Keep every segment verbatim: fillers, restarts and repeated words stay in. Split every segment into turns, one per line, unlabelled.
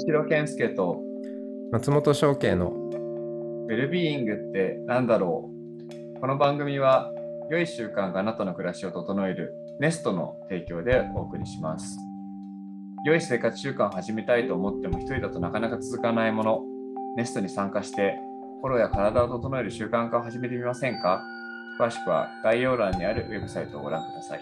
広健介と
松本商家の
ウェルビーイングって何だろう。この番組は良い習慣があなたの暮らしを整えるネストの提供でお送りします。良い生活習慣を始めたいと思っても一人だとなかなか続かないもの、ネストに参加して心や体を整える習慣化を始めてみませんか？詳しくは概要欄にあるウェブサイトをご覧ください。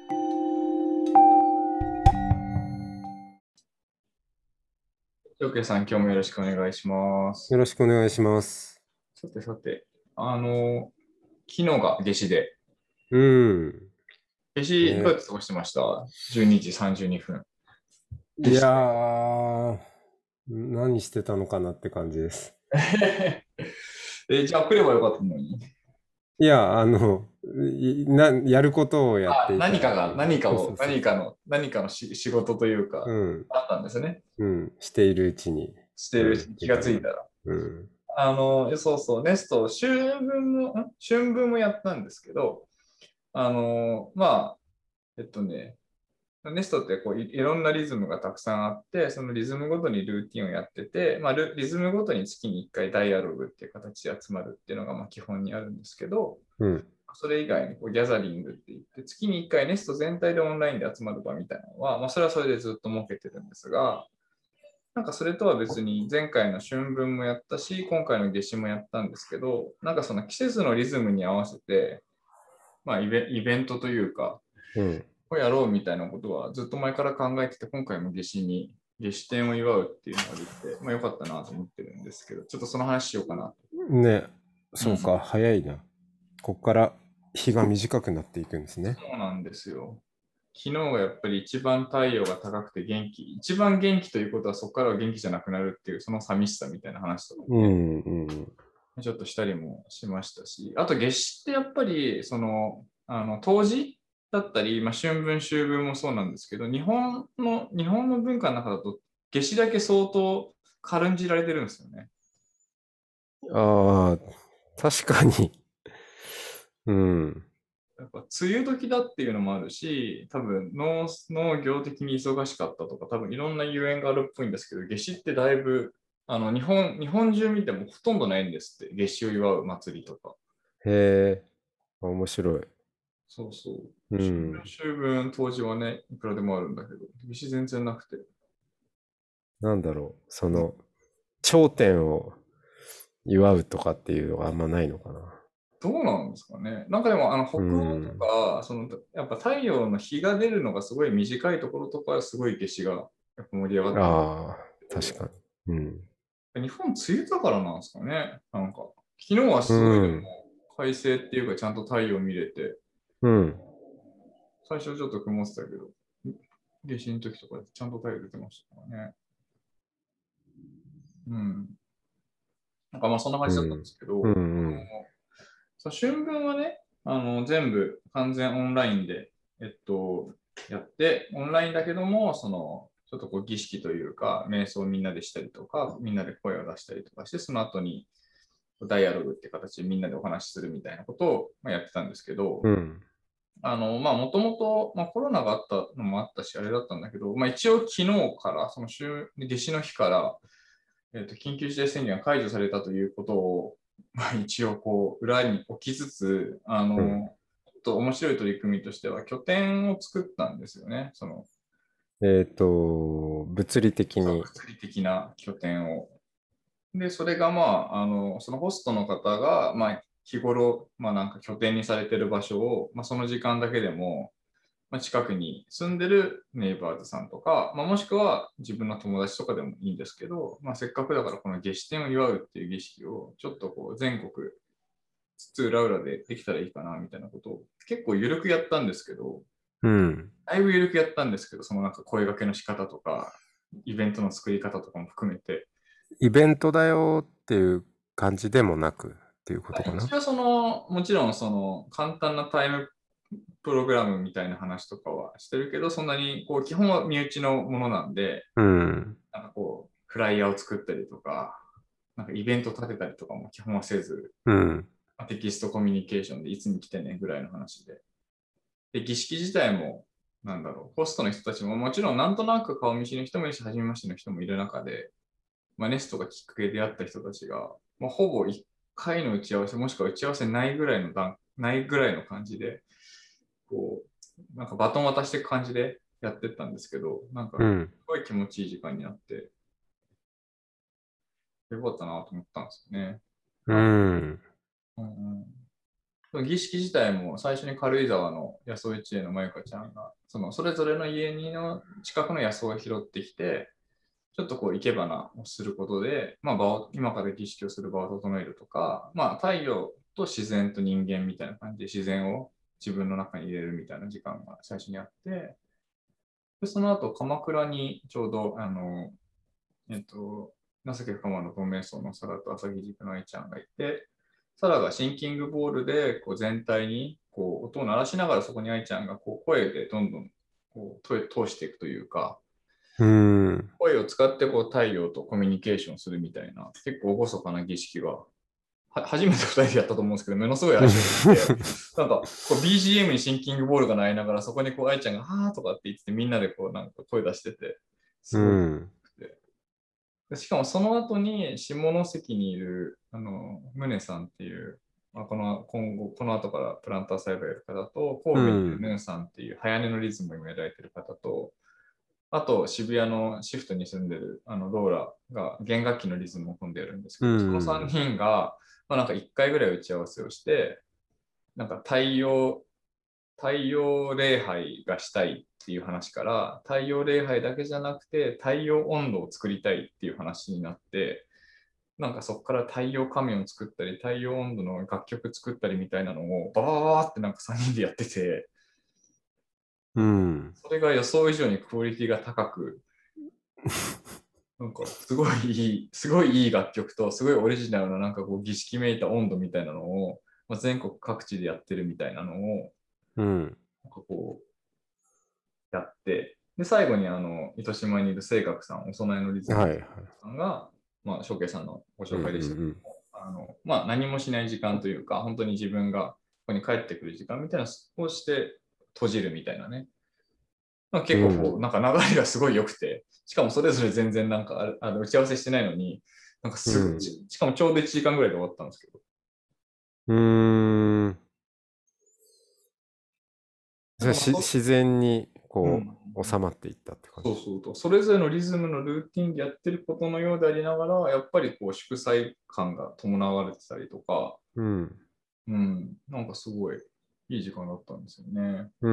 翔慶さん、今日もよろしくお願いします。
よろしくお願いします。
さてさて、あの、昨日が夏至で、
うん。
夏至どうやっ
ね。
て過ごしてました？ じゅうに 時さんじゅうにふんで
いや
した。
ー、何してたのかなって感じです。
え、じゃあ来ればよかったのに。
いや、あの、いな、やることをやっ
あ、
ていた
何かが、
っていう。
何かを、
そうそうそうそ
何かの、何かのし仕事というか、
う。うん。
あったんですね。
うん。しているうちに。
してい
うん。
るうちに気
みたいな。
がついたら。
うん。
あの、そうそう、ネスト、春分も、ん春分もやったんですけど、あの、まあ、えっとね、ネストってこうい、いろんなリズムがたくさんあって、そのリズムごとにルーティンをやってて、まあ、ルリズムごとに月にいっかいダイアログっていう形で集まるっていうのがまあ基本にあるんですけど、
うん。
それ以外にこうギャザリングって言って、月にいっかいネスト全体でオンラインで集まる場みたいなのは、まあ、それはそれでずっと設けてるんですが、なんかそれとは別に前回の春分もやったし、今回の夏至もやったんですけど、なんかその季節のリズムに合わせて、まあイベ、イベントというか、
うん。
をやろうみたいなことはずっと前から考えてて、今回も夏至に、夏至展を祝うっていうのができて、まあよかったなと思ってるんですけど、ちょっとその話しようかなと。
ね。
うん。
そうか、早いな。こっから日が短くなっていくんですね。
そうなんですよ。昨日がやっぱり一番太陽が高くて元気、一番元気ということはそこからは元気じゃなくなるっていうその寂しさみたいな話とかもね、
うん。うん。
ちょっとしたりもしましたし、あと夏至ってやっぱりその、あの、冬至だったり、まあ、春分、秋分もそうなんですけど、日本の、日本の文化の中だと夏至だけ相当軽んじられてるんですよね。
ああ、確かに。うん。
やっぱ梅雨時だっていうのもあるし、多分農農業的に忙しかったとか、多分いろんなゆえんがあるっぽいんですけど、夏至ってだいぶ、あの日本日本中見てもほとんどないんですって、夏至を祝う祭りとか。
へえ、面白い。
そうそう。
う
秋分、
ん。
秋分、当時はね、いくらでもあるんだけど、夏至全然なくて。
なんだろう。そ
うん、
の、頂点を祝うとかっていうのがあんまないのかな。
どうなんですかね。なんかでも、あの北
う
欧と
ん。
か、そのやっぱ太陽の日が出るのがすごい短いところとかはすごい夏至がやっぱ盛り上がってる
ああ、
けど、
確かに。うん。
日本梅雨だからなんですかね。なんか、昨日は
う
すごいでも
ん。
快晴っていうかちゃんと太陽見れて、
うん。
最初ちょっと曇ってたけど、夏至の時とかちゃんと太陽出てましたからね。うん。なんかまあそんな感じだったんで
うん。
すけど、
う
あ
ん。
のそう、春分はね、あの、全部完全オンラインで、えっと、やって、オンラインだけども、その、ちょっとこう儀式というか、瞑想をみんなでしたりとか、みんなで声を出したりとかして、その後にダイアログって形でみんなでお話しするみたいなことをまあやってたんですけど、
うん。
あの、まあ、もともと、まあ、コロナがあったのもあったし、あれだったんだけど、まあ、一応昨日から、その週、夏至の日から、えっと、緊急事態宣言が解除されたということを、まあ、一応こう、裏に置きつつ、あ
うん。
の、ちょっと面白い取り組みとしては、拠点を作ったんですよね。その、
えっと、物理的に。
物理的な拠点を。で、それがまあ、あの、そのホストの方が、まあ、日頃、まあなんか拠点にされてる場所を、まあその時間だけでも、まあ、近くに住んでるネイバーズさんとか、まあ、もしくは自分の友達とかでもいいんですけど、まあ、せっかくだからこの夏至展を祝うっていう儀式をちょっとこう全国津々浦々でできたらいいかなみたいなことを結構緩くやったんですけど、
うん。
だいぶ緩くやったんですけど、そのなんか声掛けの仕方とか、イベントの作り方とかも含めて、
イベントだよっていう感じでもなくっていうことかな。
一応その、もちろんその簡単なタイムプログラムみたいな話とかはしてるけど、そんなにこう基本は身内のものなんで、
うん。
なんかこう、フライヤーを作ったりとか、なんかイベント立てたりとかも基本はせず、
うん。
テキストコミュニケーションでいつに来てねぐらいの話で。で、儀式自体も、 なんだろう、ホストの人たちももちろんなんとなく顔見知りの人もいるし、初めましての人もいる中で、まあ、ネストがきっかけで出会った人たちが、まあ、ほぼいっかいの打ち合わせ、もしくは打ち合わせないぐらいの段、ないぐらいの感じで、こう、なんかバトン渡していく感じでやってったんですけど、なんか、
うん。
すごい気持ちいい時間になって、よかったなと思ったんですよね。
う
あ、
ん。
うんうん、儀式自体も最初に軽井沢の野草一会のまゆかちゃんが、そのそれぞれの家にの近くの野草を拾ってきて、ちょっとこう生け花をすることで、まあ、場を今から儀式をする場を整えるとか、まあ、太陽と自然と人間みたいな感じで自然を自分の中に入れるみたいな時間が最初にあって、でその後鎌倉にちょうど、あの、えっと、情け深まの透明層のサラと朝木軸の愛ちゃんがいて、サラがシンキングボールでこう全体にこう音を鳴らしながらそこに愛ちゃんがこう声でどんどんこう通していくというか、
うん。
声を使ってこう太陽とコミュニケーションするみたいな、結構厳かな儀式が、は初めてふたりでやったと思うんですけど、ものすごい相性が良くて、なんかこう ビージーエム にシンキングボールが鳴りながら、そこにこう愛ちゃんがはーとかって言ってて、みんなでこうなんか声出してて、
う
すごい
ん。
て。でしかもその後に下関にいる、あの、宗さんっていう、まあ、この今後、この後からプランター栽培やる方と、
う
神戸にいる
ん。
ヌンさんっていう早寝のリズムをやられてる方と、あと、渋谷のシフトに住んでるあのローラが弦楽器のリズムを組んでやるんですけ
う
ど、そのさん
ん。
にんが、まあ、なんかいっかいぐらい打ち合わせをして、なんか太陽、太陽礼拝がしたいっていう話から、太陽礼拝だけじゃなくて、太陽温度を作りたいっていう話になって、なんかそこから太陽仮面を作ったり、太陽温度の楽曲作ったりみたいなのをババババーってなんかさんにんでやってて、
うん。
それが予想以上にクオリティが高く、なんかすごいいい、すごいいい楽曲と、すごいオリジナルななんかこう儀式めいた温度みたいなのを、まあ、全国各地でやってるみたいなのを、
うん。
なんかこうやって、で、最後にあの、糸島にいる正覚さん、お供えのリズム
はいはい。
さんが、まあ、翔平さんのご
うんう
紹介でしたけど
ん
も、あの、まあ、何もしない時間というか、本当に自分がここに帰ってくる時間みたいなのをして閉じるみたいなね。まあ、
うん。
結構こう、
うん。
なんか流れがすごい良くて、しかもそれぞれ全然なんかあるあの打ち合わせしてないのに、なんかすぐ、
うん。
しかもちょうどいちじかんぐらいで終わったんですけど、
うーん。じゃあし、
なんかまあそ、
自然に
うん、う
こ
ん
う収まっていったって感じ。
そうそうと、それぞれのリズムのルーティンでやってることのようでありながら、やっぱりこう祝祭感が伴われてたりとか、
うん。
うん、なんかすごいいい時間だったんですよね。
うん。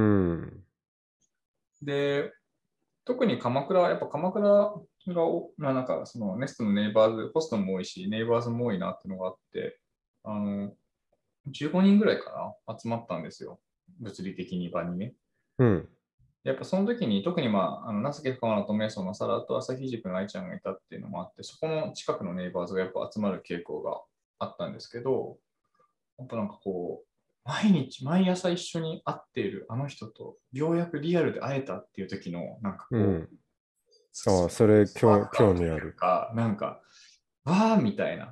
で、特に鎌倉は、やっぱ鎌倉がお、まあ、なんかそのネストのネイバーズ、ホストも多いし、ネイバーズも多いなっていうのがあって、あの、じゅうごにんぐらいかな、集まったんですよ。物理的に場にね。
うん。
やっぱその時に特にまあ、あの、情け深まと瞑想のサラと朝日塾の愛ちゃんがいたっていうのもあって、そこの近くのネイバーズがやっぱ集まる傾向があったんですけど、やっぱなんかこう、毎日、毎朝一緒に会っているあの人と、ようやくリアルで会えたっていう時の、なんかこう、
うん。ああ、
ス
それ、
スパー
興、
ク感とい
興味ある。
うか、なんか、わーみたいな。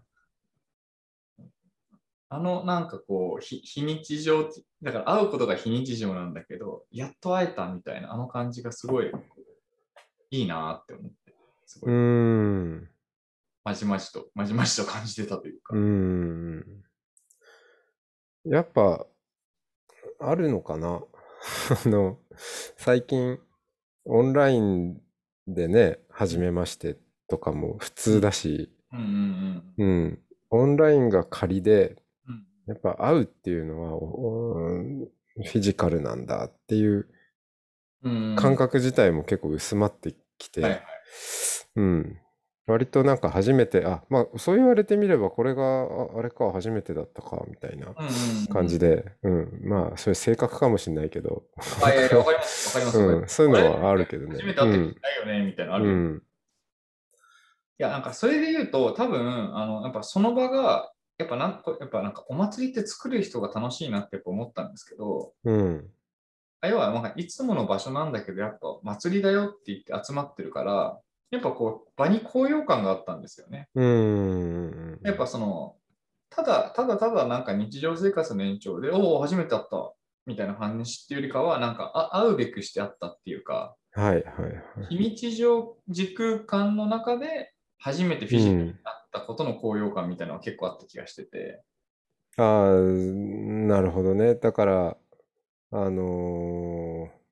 あの、なんかこう、非非日常、だから会うことが非日常なんだけど、やっと会えたみたいな、あの感じがすごいいいなって思って、すご
うー
い、
ん。
まじまじと、まじまじと感じてたという
うー
か。
ん。やっぱ、あるのかなあの、最近、オンラインでね、初めましてとかも普通
うん、
だし、
うん、うん、
うん。オンラインが仮で、
うん。
やっぱ会うっていうのは、おうんフィジカルなんだっていう
うん、うん。
感覚自体も結構薄まってき
はい、は
て、
い。
うん。割となんか初めて、あ、まあそう言われてみればこれが、ああれか、初めてだったか、みたいな
うん、うん、うん。
感じで、うん。まあ、そういう性格かもしれないけど、
あ、いやいや、わかります、わかります、わかり
うん。
ます。
そういう
あれ
のはあるけどね。
初めて会った気
うん。
ないよねみたいなのあるよね。
うん。
いや、なんかそれで言うと、多分、あの、やっぱその場が、やっぱなんか、やっぱなんかお祭りって作る人が楽しいなってやっぱ思ったんですけど、
うん。
あ要はなんかいつもの場所なんだけど、やっぱ祭りだよって言って集まってるから、やっぱこう、場に高揚感があったんですよね。
うん。
やっぱその、ただ、ただただなんか日常生活の延長で、おお、初めて会った。 みたいな話っていうよりかは、なんかあ会うべくしてあったっていうか、
はいはいはい。
非日常時空間の中で初めてフィジカルに
うん。
なったことの高揚感みたいなのが結構あった気がしてて。
ああ、なるほどね。だから、あのー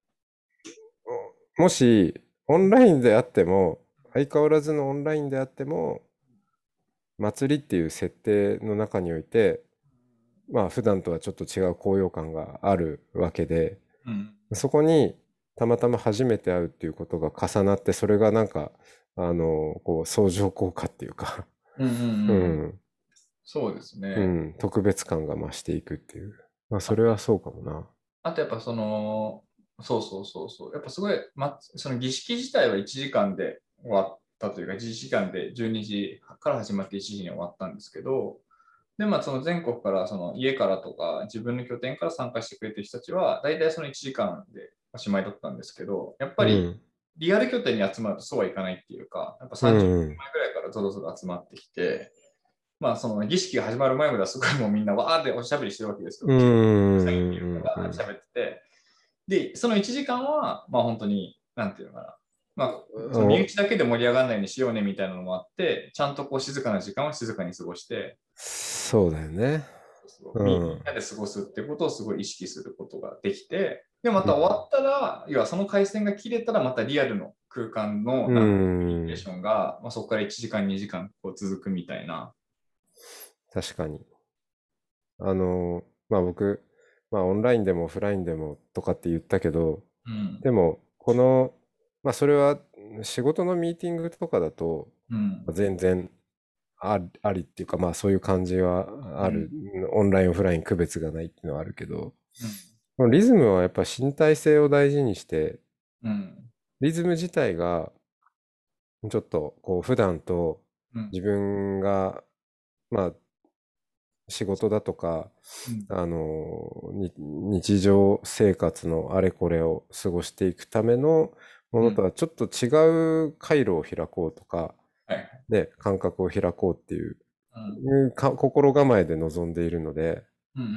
もし、オンラインであっても、相変わらずのオンラインであっても、祭りっていう設定の中において、まあ普段とはちょっと違う高揚感があるわけで、
うん。
そこにたまたま初めて会うっていうことが重なって、それがなんか、あの、こう、相乗効果っていうか、
うんうん
う
うん。
ん、
そうですね。
うん、特別感が増していくっていう。まあそれはそうかもな。
あとやっぱその、そうそうそうそう。やっぱすごい、ま、その儀式自体はいちじかんで終わったというか、いちじかんでじゅうにじから始まっていちじに終わったんですけど、で、まあその全国からその家からとか自分の拠点から参加してくれてる人たちは、大体そのいちじかんでおしまいだったんですけど、やっぱり
うん、
リアル拠点に集まるとそうはいかないっていうか、やっぱ
う
30分
ん、
前ぐらいからぞろぞろ集まってきて、まあその儀式が始まる前まではすごいもうみんなわーっておしゃべりしてるわけですよ。
うん、
さんっていう
うん、
のが喋ってて、で、そのいちじかんは、まあ本当に、なんていうのかな。まあ、その身
お、
内だけで盛り上がらないようにしようねみたいなのもあって、ちゃんとこう静かな時間は静かに過ごして、
そうだよね。
そうみみん
うん、
なで過ごすっていうことをすごい意識することができて、で、ま
うん、
た終わったら、要はその回線が切れたら、またリアルの空間の
う
なんかコミュニケー
ん、
ションが、まあ、そこからいちじかん、にじかんこう続くみたいな。
確かに。あの、まあ僕、まあオンラインでもオフラインでもとかって言ったけど、
うん。
でも、この、まあそれは仕事のミーティングとかだと、
うん。
全然あり、ありっていうか、まあそういう感じはある。
うん。
オンライン、オフライン区別がないっていうのはあるけど、
うん。
このリズムはやっぱ身体性を大事にして、
うん。
リズム自体がちょっとこう普段と
うん。
自分が、まあ仕事だとか、
うん。
あの、に日常生活のあれこれを過ごしていくためのも
うん。
のとはちょっと違う回路を開こうとか、
はい。
で、感覚を開こうっていう
うん。
いうか心構えで臨んでいるので、
うん。うん。うん。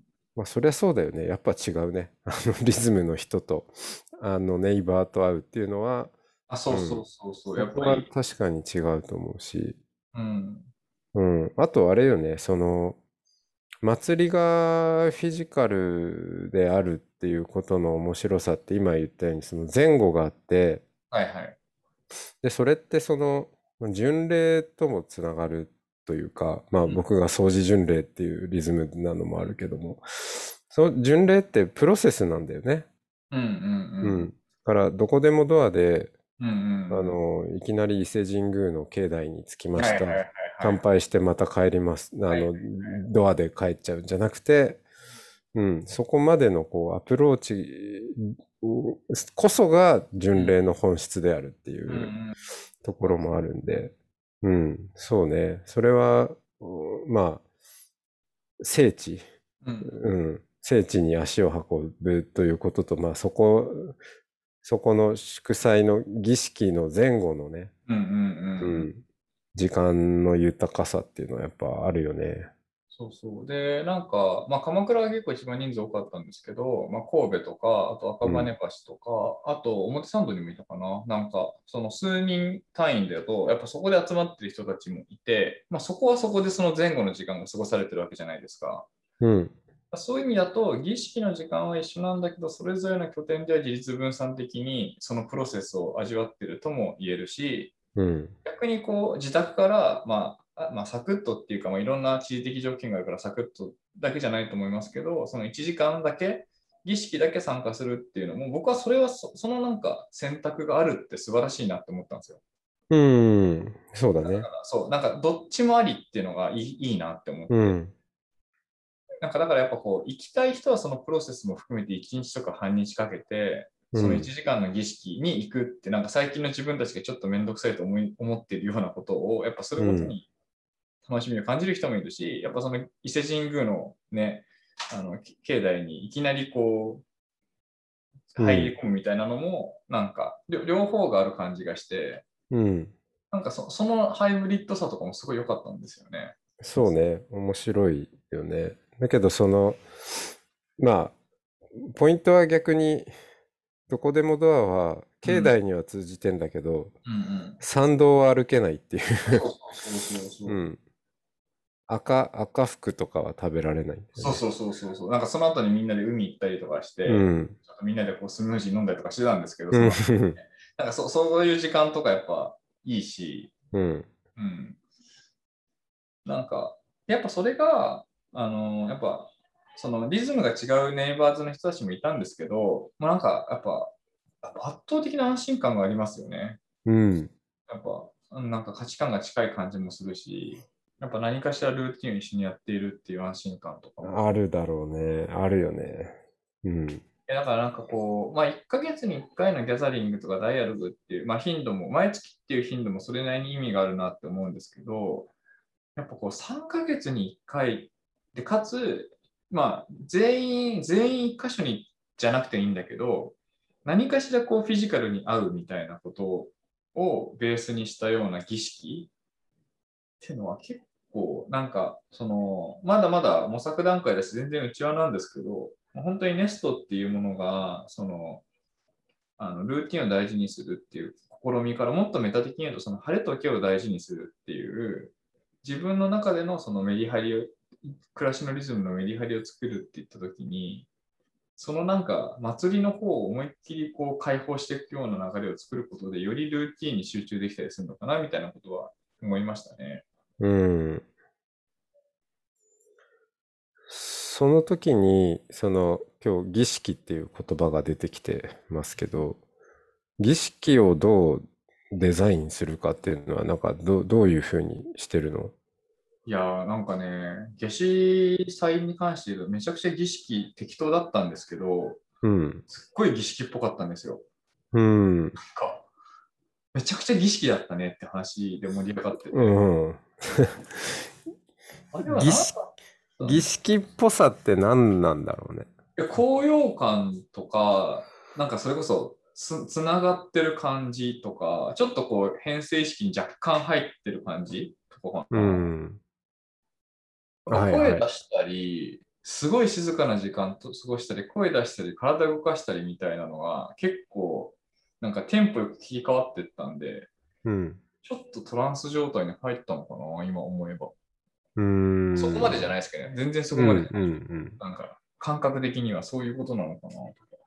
まあそりゃそうだよね。やっぱ違うね。あのリズムの人と、あのネイバーと会うっていうのは、
あ、そうそう
うん。
そうそう。
そこは
やっぱり、
確かに違うと思うし、
うん。
うん。あとあれよね、その、祭りがフィジカルであるっていうことの面白さって今言ったようにその前後があって、
はいはい。
で、それってその、まあ巡礼ともつながるというか、まあ
うん。
僕が掃除巡礼っていうリズムなのもあるけども、その巡礼ってプロセスなんだよね。
うん。うん。う
うん。
ん。
だからどこでもドアで、
うん。
あ
うん。
の、いきなり伊勢神宮の境内に着きました。
はいはいはいはい。
乾杯してまた帰ります。あ
はい。
の、ドアで帰っちゃうんじゃなくて、うん、そこまでのこうアプローチこそが
うん。
巡礼の本質であるってい
うん。う
う
ん。
ところもあるんで、うん、そうね。それは、うんまあ、聖地、
うん。
うん、聖地に足を運ぶということと、まあそこ、そこの祝祭の儀式の前後のね、
うん。うん。うん。
うん、時間の豊かさっていうのはやっぱあるよね。
そうそう。で、なんか、まあ、鎌倉が結構一番人数多かったんですけど、まあ、神戸とか、あと赤
うん、
羽橋とか、あと表参道にもいたかな。なんか、その数人単位だと、やっぱそこで集まってる人たちもいて、まあ、そこはそこでその前後の時間が過ごされてるわけじゃないですか。
うん、
そういう意味だと、儀式の時間は一緒なんだけど、それぞれの拠点では自立分散的にそのプロセスを味わってるとも言えるし、
うん、
逆にこう自宅から、まあ、あまあ、サクッとっていうか、まあ、いろんな地理的条件があるからサクッとだけじゃないと思いますけど、そのいちじかんだけ、儀式だけ参加するっていうのも、僕はそれはそそのなんか選択があるって素晴らしいなって思ったんですよ。
うん、そうだね。
だからそう、なんかどっちもありっていうのがいいいいなって思って。
うん、
なんかだからやっぱこう、行きたい人はそのプロセスも含めていちにちとか半日かけて、その
うん、
いちじかんの儀式に行くって、なんか最近の自分たちがちょっとめんどくさいと思い思っているようなことを、やっぱする
うん、
ことに楽しみを感じる人もいるし、やっぱその伊勢神宮のね、あの境内にいきなりこう
うん、
入り込むみたいなのも、なんか両方がある感じがして、
うん。
なんかそそのハイブリッドさとかもすごい良かったんですよね。
そうね。面白いよね。だけど、その、 まあ、ポイントは逆に、どこでもドアは、境
うん。
内には通じてんだけど、
うんうん。
参道は歩けないっていう。
そうそうそうそう。
うん。赤、赤服とかは食べられないんだよね。
そうそうそうそうそう。なんかその後にみんなで海行ったりとかし
う
て、
ん。
ちょっとみんなでこうスムージー飲んだりとかしてたんですけど、
うん。
その、なんかそ、そういう時間とかやっぱいいし、
うん。
うん。なんか、やっぱそれが、あの、やっぱ、そのリズムが違うネイバーズの人たちもいたんですけど、まあ、なんかやっぱ、やっぱ圧倒的な安心感がありますよね。
うん。
やっぱ、うんなんか価値観が近い感じもするし、やっぱ何かしらルーティンを一緒にやっているっていう安心感とかも。
あるだろうね。あるよね。うん。
えだからなんかこう、まあ、いっかげつにいっかいのギャザリングとかダイアログっていう、まあ、頻度も、毎月っていう頻度もそれなりに意味があるなって思うんですけど、やっぱこうさんかげつにいっかいで、かつ、まあ、全員、全員いっ箇所にじゃなくていいんだけど、何かしらこうフィジカルに合うみたいなことをベースにしたような儀式っていうのは結構なんか、その、まだまだ模索段階だし、全然内輪なんですけど、本当にネストっていうものが、その、あのルーティンを大事にするっていう試みからもっとメタ的に言うと、その晴れとけを大事にするっていう、自分の中でのそのメリハリを、暮らしのリズムのメリハリを作るって言ったときに、そのなんか祭りの方を思いっきりこう解放していくような流れを作ることで、よりルーティンに集中できたりするのかなみたいなことは思いましたね。
うん。その時に、その、今日儀式っていう言葉が出てきてますけど、儀式をどうデザインするかっていうのは、なんかど、どういうふうにしてるの？
いやーなんかね、夏至祭に関して言うとめちゃくちゃ儀式適当だったんですけど、
うん。
すっごい儀式っぽかったんですよ。
うん。
なんかめちゃくちゃ儀式だったねって話で盛り上がって
う
て、
ん。
あれは
儀式、
何だったんだ。
儀式っぽさって何なんだろうね。
いや高揚感とか、なんかそれこそつ、つながってる感じとか、ちょっとこう編成意識に若干入ってる感じとかか
う
な。
ん。
やっぱ声
はいはい。
出したり、すごい静かな時間と過ごしたり、声出したり、体動かしたりみたいなのが結構、なんかテンポよく切り替わってったんで、
うん。
ちょっとトランス状態に入ったのかな、今思えば。
うー
そこまでじゃ
ん。
ないですけどね。全然そ
うん、
こまでじゃない。
うん、うん。
なんか、感覚的にはそういうことなのかなとか。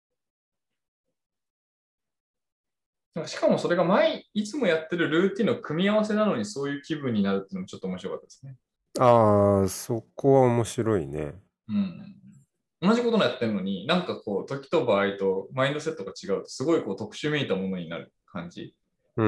なんかしかもそれが毎、いつもやってるルーティンの組み合わせなのにそういう気分になるっていうのもちょっと面白かったですね。
ああ、そこは面白いね。
うん。同じことのやってるのに、なんかこう、時と場合とマインドセットが違うと、すごいこう特殊めいたものになる感じ。
うん。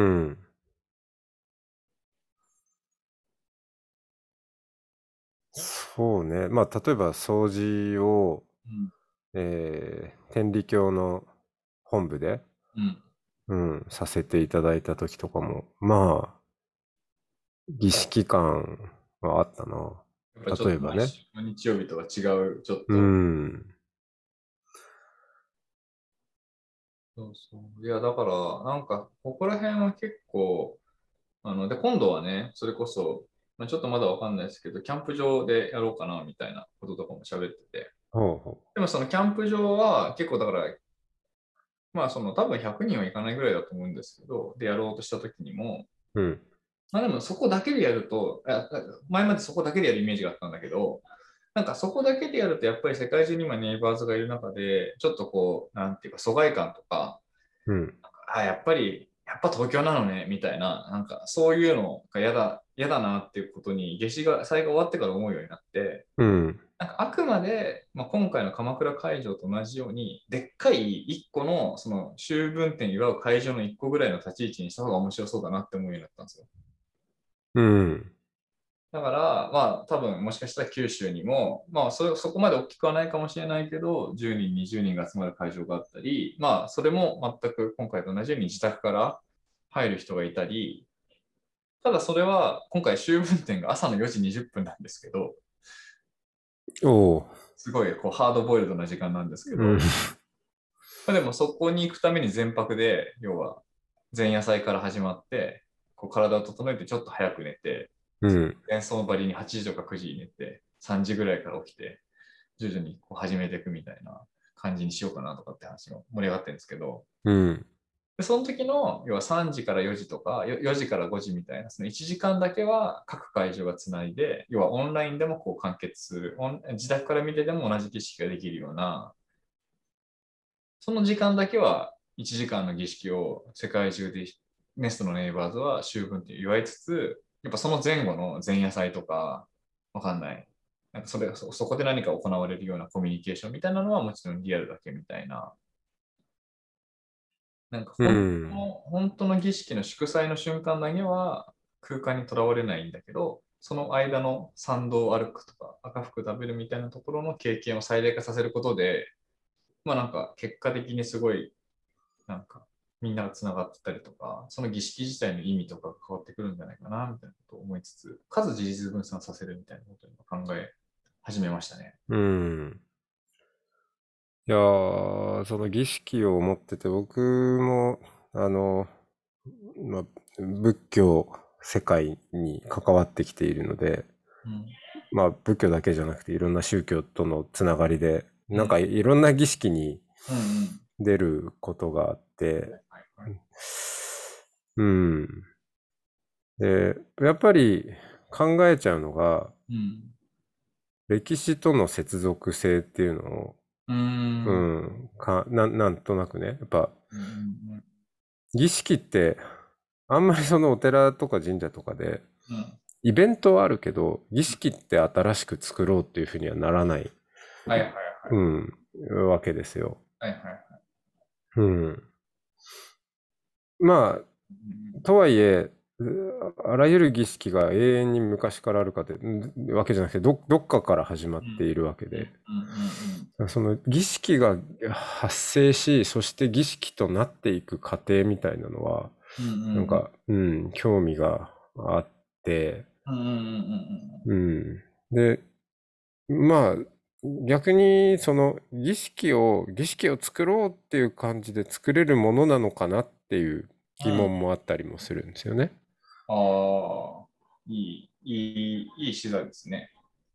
そうね。まあ、例えば掃除を、
うん。
えー、天理教の本部で、
うん。
うん、させていただいた時とかも、まあ、儀式感はあったな。
やっぱちょっと
例えばね。
毎週の日曜日とは違う、ちょっ
う
と。
ん。
そうそう。いや、だから、なんか、ここら辺は結構、あの、で、今度はね、それこそ、まあ、ちょっとまだわかんないですけど、キャンプ場でやろうかな、みたいなこととかも喋ってて。
ほうほ
でもそのキャンプ場は結構だから、まあその多分ひゃくにんはいかないぐらいだと思うんですけど、でやろうとした時にも、
う。うん。
まあでもそこだけでやると、あ前までそこだけでやるイメージがあったんだけど、なんかそこだけでやるとやっぱり世界中に今ネイバーズがいる中で、ちょっとこう、なんていうか疎外感とか、
うん。
あ、やっぱり、やっぱ東京なのね、みたいな、なんかそういうのが嫌だ、嫌だなっていうことに、夏至が、祭が終わってから思うようになって、
うん。
なんかあくまで、まあ、今回の鎌倉会場と同じように、でっかいいっこのその秋分展祝う会場のいっこぐらいの立ち位置にした方が面白そうだなって思うようになったんですよ。
うん。
だから、まあ多分もしかしたら九州にも、まあそそこまで大きくはないかもしれないけど、じゅうにん、にじゅうにんが集まる会場があったり、まあそれも全く今回と同じように自宅から入る人がいたり、ただそれは今回秋分展が朝のよじにじゅっぷんなんですけど、
おう。
すごいこうハードボイルドな時間なんですけ
うん。
ど、まあ、でもそこに行くために全泊で、要は前夜祭から始まって、こう体を整えてちょっと早く寝て、
うん。
前奏張りにはちじとかくじに寝て、さんじぐらいから起きて、 徐々にこう始めていくみたいな感じにしようかなとかって話も盛り上がってるんですけど、
うん。
でその時の、要はさんじからよじとか、よよじからごじみたいな、そのいちじかんだけは各会場がつないで、要はオンラインでもこう完結する、オン自宅から見てでも同じ儀式ができるような、その時間だけはいちじかんの儀式を世界中でネストのネイバーズは秋分って祝いつつ、やっぱその前後の前夜祭とか、わかんない。なんかそれそ、そこで何か行われるようなコミュニケーションみたいなのはもちろんリアルだけみたいな。なんか
う
本当
ん。
の、本当の儀式の祝祭の瞬間だけは空間にとらわれないんだけど、その間の参道を歩くとか赤服食べるみたいなところの経験を最大化させることで、まあなんか結果的にすごいなんかみんながつながってたりとか、その儀式自体の意味とかが変わってくるんじゃないかなみたいなことを思いつつ、数自立分散させるみたいなことを考え始めましたね。
うん。いやー、その儀式を持ってて、僕も、あの、まあ、仏教世界に関わってきているので、
うん。
まあ仏教だけじゃなくていろんな宗教とのつながりで、なんか
うん。
いろんな儀式に
うん。うん。
出ることがあって、
はいはいはい。
うん。で、やっぱり考えちゃうのが、
うん。
歴史との接続性っていうのを、
うー
う
ん。
ん、か、な、なんとなくね、やっぱ
うん。
儀式ってあんまりそのお寺とか神社とかで
うん。
イベントはあるけど、儀式って新しく作ろうっていうふうにはならない、
はいはいはい。
うん、わけですよ。
はいはいはい。
うん。ま
うん。
あ、とはいえ、あらゆる儀式が永遠に昔からあるかってわけじゃなくて、ど、どっかから始まっているわけ
うん。
で、
うん。
その儀式が発生し、そして儀式となっていく過程みたいなのは、
うん。うん。うん。
なんか、うん、興味があって、
うん。うん。うん。
うん。で、まあ、逆に、その儀式を、儀式を作ろうっていう感じで作れるものなのかなっていう疑
うん。
問もあったりもするんですよね。
ああ、いい、いい、いい視座ですね。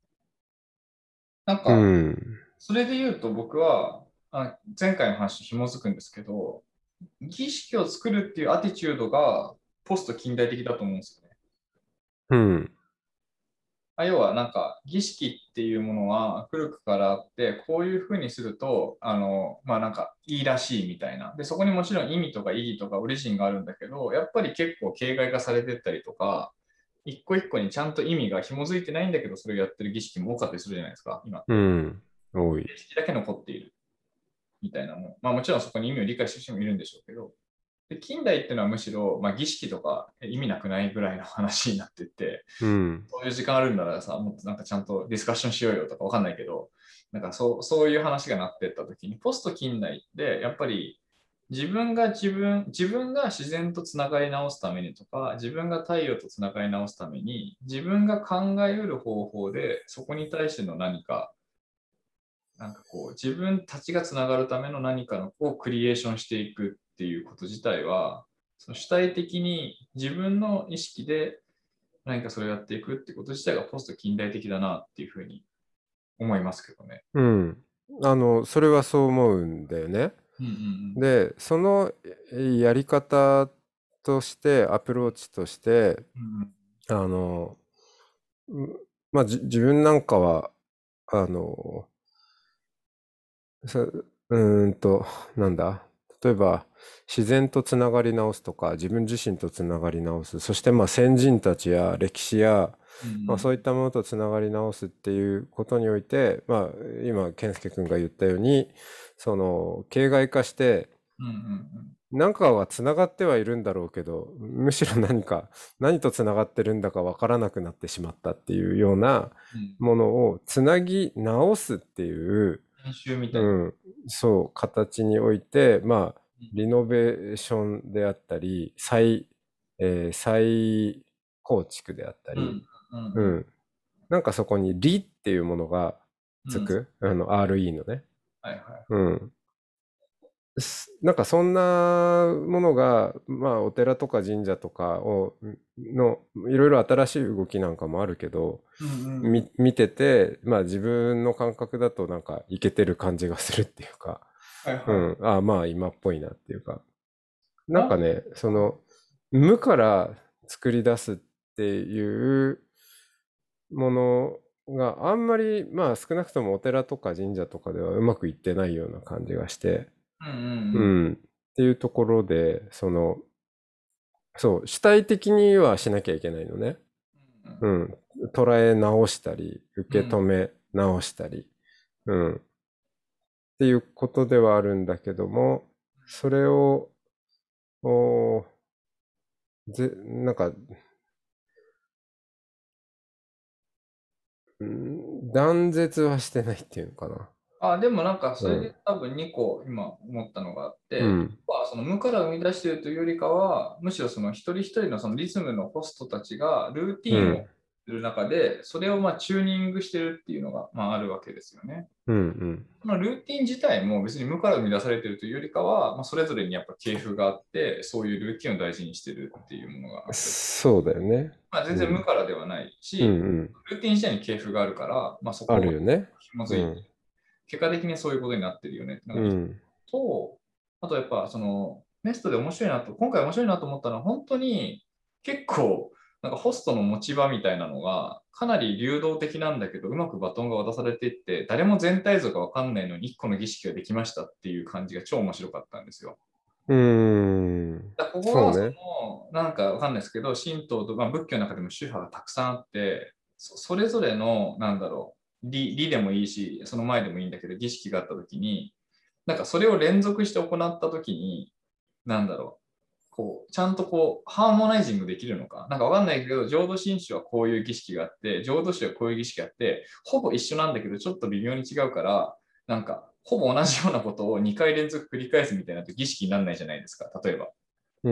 なん
う
か、
ん。
それで言うと僕は、あ、前回の話と紐づくんですけど、儀式を作るっていうアティチュードがポスト近代的だと思うんですよね。
うん。
あ、要はなんか儀式っていうものは古くからあって、こういうふうにすると、あの、まあなんかいいらしいみたいな。で、そこにもちろん意味とか意義とかオリジンがあるんだけど、やっぱり結構形骸化されてったりとか、一個一個にちゃんと意味が紐づいてないんだけど、それをやってる儀式も多かったりするじゃないですか、今って。
うん。多い。
儀式だけ残っているみたいなのも。まあもちろんそこに意味を理解してる人もいるんでしょうけど、で近代っていうのはむしろ、まあ、儀式とか意味なくないぐらいの話になってって、
うん。
そういう時間あるんならさ、もっとなんかちゃんとディスカッションしようよとかわかんないけど、なんかそう、そういう話がなってった時に、ポスト近代ってやっぱり自分が自分、自分が自然とつながり直すためにとか、自分が太陽とつながり直すために、自分が考えうる方法で、そこに対しての何か、なんかこう、自分たちがつながるための何かのをクリエーションしていくっていうこと自体は、その主体的に自分の意識で何かそれをやっていくってこと自体がポスト近代的だなっていうふうに思いますけどね。
うん。あの、それはそう思うんだよね。
うんうん
で、そのえやり方として、アプローチとして、
うん。うん
あの、うまあ、じ、自分なんかは、あの、そ、うーんと、なんだ。例えば、自然とつながり直すとか、自分自身とつながり直す。そして、まあ、先人たちや歴史や、
うん
まあ、そういったものとつながり直すっていうことにおいて、まあ、今、健介君が言ったように、その、形骸化して、
うんうん
何かはつながってはいるんだろうけど、むしろ何か、何とつながってるんだかわからなくなってしまったっていうような
うん。
ものをつなぎ直すっていう、
編集みたいな。
うん、そう、形において、まあ、
うん
リノベーションであったり、再、えー再構築であったり、
うんうん
うん、なんかそこにリっていうものが
うん。うん。
つく、あの、アールイー のね。
はいはい。
うん。 すなんかそんなものが、まあお寺とか神社とかを、の、いろいろ新しい動きなんかもあるけど、
うんうんうん。
み、見てて、まあ自分の感覚だとなんかイケてる感じがするっていうか、
はいはい。
うん、ああまあ今っぽいなっていうか、なん
なんか、
かね、その、無から作り出すっていうものがあんまり、まあ少なくともお寺とか神社とかではうまくいってないような感じがして、
うんうん
うん。っていうところで、その、そう、主体的にはしなきゃいけないのね。
うん。
うん。捉え直したり、受け止
うん。
め直したり、うん。っていうことではあるんだけども、それを、おぜ、なんか、うん、断絶はしてないっていうのかな。
あ、でもなんか、それで
うん。
多分にこ今思ったのがあって、一
うん。
個はその無から生み出しているというよりかは、むしろその一人一人のそのリズムのホストたちがルーティンを
うん。
する中で、それをまあチューニングしてるっていうのがまああるわけですよね。
うん。
そのルーティン自体も別に無から生み出されているというよりかは、まあ、それぞれにやっぱ系譜があって、そういうルーティンを大事にしてるっていうものが
うん。
あったり、
そうだよね。
まあ、全然無
うん。
からではない
うんう
し、
ん。
ルーティン自体に系譜があるから、まあ、そ
あ
こが
るよね。
紐づいて、
うん。
結果的にそういうことになってるよねってのが一
うん。
と、あとやっぱそのネストで面白いなと、今回面白いなと思ったのは、本当に結構、なんかホストの持ち場みたいなのが、かなり流動的なんだけど、うまくバトンが渡されていって、誰も全体像がわかんないのにいっこの儀式ができましたっていう感じが超面白かったんですよ。
うーん。
だここはそ
そうね。
の、なんかわかんないですけど、神道と、まあ、仏教の中でも宗派がたくさんあって、そそれぞれの、なんだろう、理、理でもいいし、その前でもいいんだけど、儀式があったときに、なんかそれを連続して行ったときに、なんだろう、こう、ちゃんとこう、ハーモナイジングできるのか。なんかわかんないけど、浄土真宗はこういう儀式があって、浄土宗はこういう儀式があって、ほぼ一緒なんだけど、ちょっと微妙に違うから、なんか、ほぼ同じようなことをにかい連続繰り返すみたいなと儀式にならないじゃないですか、例えば。
うん。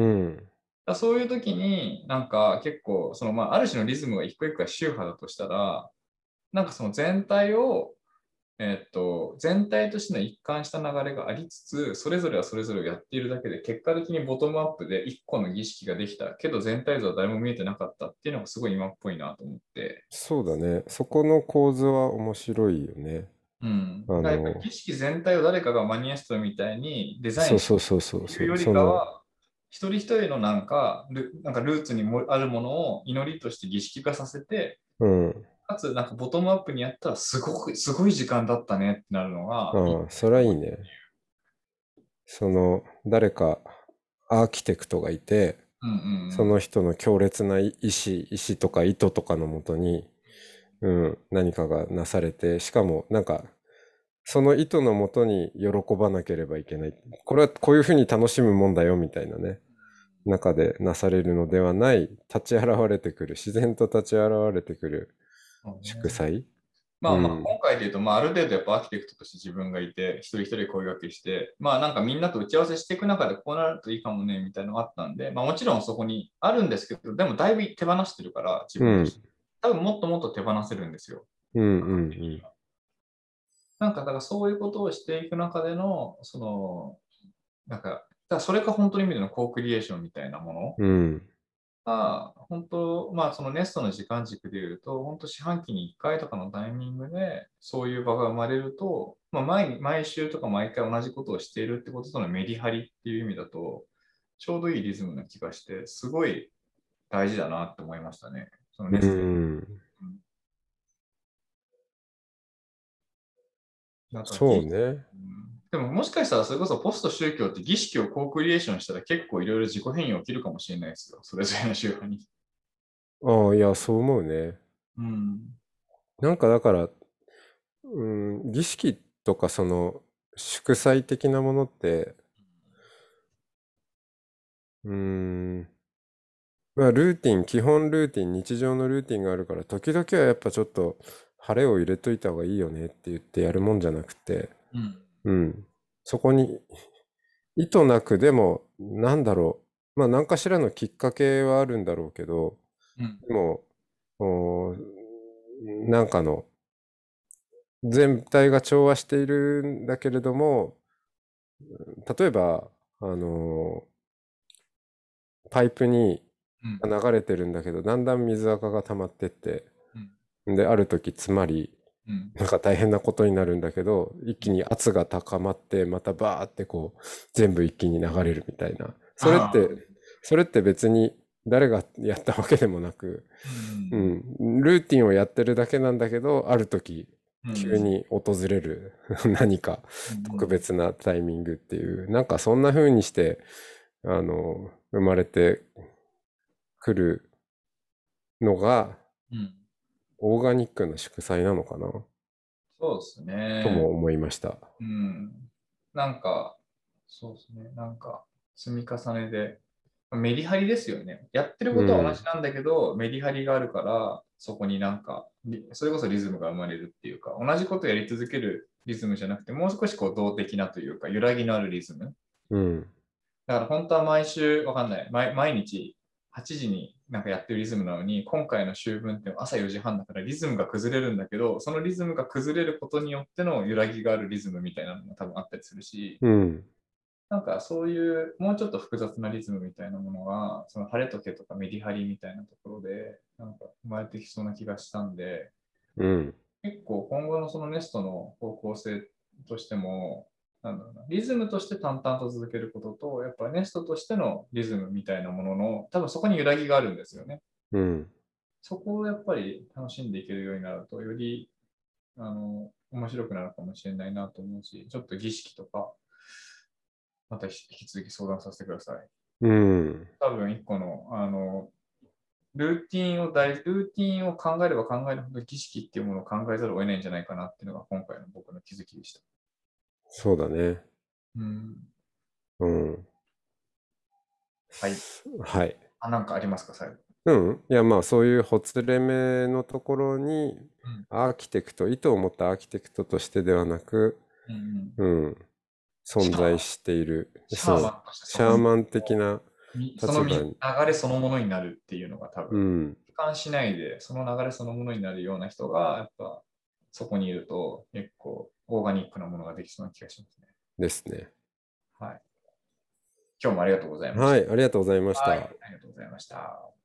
だそういう時に、なんか結構、そのまあ、ある種のリズムが一個一個が宗派だとしたら、なんかその全体をえっと、全体としての一貫した流れがありつつ、それぞれはそれぞれをやっているだけで、結果的にボトムアップで一個の儀式ができたけど、全体像は誰も見えてなかったっていうのがすごい今っぽいなと思って、
そうだね。そこの構図は面白いよね。
うん。
あ
だからやっぱり儀
の、
式全体を誰かがマニフェストみたいにデザインし
そうそうそうそうそう。
ていうより
その、
かは、一人一人のなんかル、なんかルーツにもあるものを祈りとして儀式化させて、
うん。
かつなんかボトムアップにやったらすごく、すごい時間だったねってなるのがいい。
ああ、それはいいね。その、誰かアーキテクトがいて、
うんうん
その人の強烈な意志、意志とか意図とかのもとに、うん、何かがなされて、しかもなんか、その意図のもとに喜ばなければいけない。これはこういうふうに楽しむもんだよみたいなね、中でなされるのではない、立ち現れてくる、自然と立ち現れてくる
うん。そうね。
祝祭。
まあまあ、
うん、
今回で言うと、まあ、ある程度やっぱアーキテクトとして自分がいて、一人一人声掛けして、まあなんかみんなと打ち合わせしていく中でこうなるといいかもね、みたいなのがあったんで、まあもちろんそこにあるんですけど、でもだいぶ手放してるから、自
うん、
分として。多分もっともっと手放せるんですよ。
うん、うん、
なんかだからそういうことをしていく中での、その、なんか、だからそれが本当に意味でのコークリエーションみたいなもの
うん、
が、本当、まあ、そのネストの時間軸でいうと、本当四半期にいっかいとかのタイミングで、そういう場が生まれると、まあ、毎毎週とか毎回同じことをしているってこととのメリハリっていう意味だと、ちょうどいいリズムな気がして、すごい大事だなって思いましたね。その
う
ネスト。
ん。
うんなんか儀
そうね。
うんでももしかしたらそれこそポスト宗教って儀式をコークリエーションしたら結構いろいろ自己変容起きるかもしれないですよ。それぞれの宗派に。
ああ、いや、そう思うね。
うん。
なんかだから、うん、儀式とかその祝祭的なものって、うん、まあルーティン、基本ルーティン、日常のルーティンがあるから、時々はやっぱちょっと晴れを入れといた方がいいよねって言ってやるもんじゃなくて、
うん。
うん、そこに意図なくでも、なんだろう、まあ何かしらのきっかけはあるんだろうけど、
うん。
でも、おなんかの全体が調和しているんだけれども、 例えば、あのパイプに
うん
流れてるんだけど、だんだん水垢が溜まってって、
うん
で、ある時詰まり、
うん
なんか大変なことになるんだけど、一気に圧が高まって、またバーってこう、全部一気に流れるみたいな。それって、
ああ、
それって別に誰がやったわけでもなく、
う
う
ん
ん、ルーティンをやってるだけなんだけど、ある時、急
うんうん
に訪れる何か特
うん
別なタイミングっていう、なんかそんな風にして、あの、生まれてくるのが、
うん、
オーガニックな祝祭なのかな
そうですね。
とも思いました。
うん。なんか、そうですね。なんか、積み重ねで、メリハリですよね。やってることは同
うん、
じなんだけど、メリハリがあるから、そこになんか、リそれこそリズムが生まれるっていうか、同じことやり続けるリズムじゃなくて、もう少しこう動的なというか、揺らぎのあるリズム。
うん、
だから本当は毎週、わかんない。毎毎日はちじになんかやってるリズムなのに、今回の週分って朝よじはんだからリズムが崩れるんだけど、そのリズムが崩れることによっての揺らぎがあるリズムみたいなのが多分あったりするし、
うん、
なんかそういうもうちょっと複雑なリズムみたいなものが、その晴れとけとかメリハリみたいなところで、なんか生まれてきそうな気がしたんで、
うん、
結構今後のそのネストの方向性としても、なんだろうな、リズムとして淡々と続けることと、やっぱネストとしてのリズムみたいなものの、多分そこに揺らぎがあるんですよね。
うん。
そこをやっぱり楽しんでいけるようになると、よりあの面白くなるかもしれないなと思うし、ちょっと儀式とか、また引き続き相談させてください。
うん。
多分一個の、あの、ルーティンを大、ルーティンを考えれば考えるほど儀式っていうものを考えざるを得ないんじゃないかなっていうのが今回の僕の気づきでした。
そうだね。
うん。
うん。
はい。
はい。
あ、なんかありますか、最後。
うん。いや、まあ、そういうほつれ目のところに、
うん。
アーキテクト、意図を持ったアーキテクトとしてではなく、
うんうん。
うん、
シャーマン、
存在している。
シャーマ
そう。
ンとしてそこに、
シャーマン的な
その流
立場に。
れそのものになるっていうのが多分、
うん。
俯瞰しないで、その流れそのものになるような人が、やっぱ、そこにいると、結構、オーガニックなものができそうな気がしますね。
ですね。
はい。今日もありがとうございました。
はい。ありがとうございまし
はい。
た。
ありがとうございました。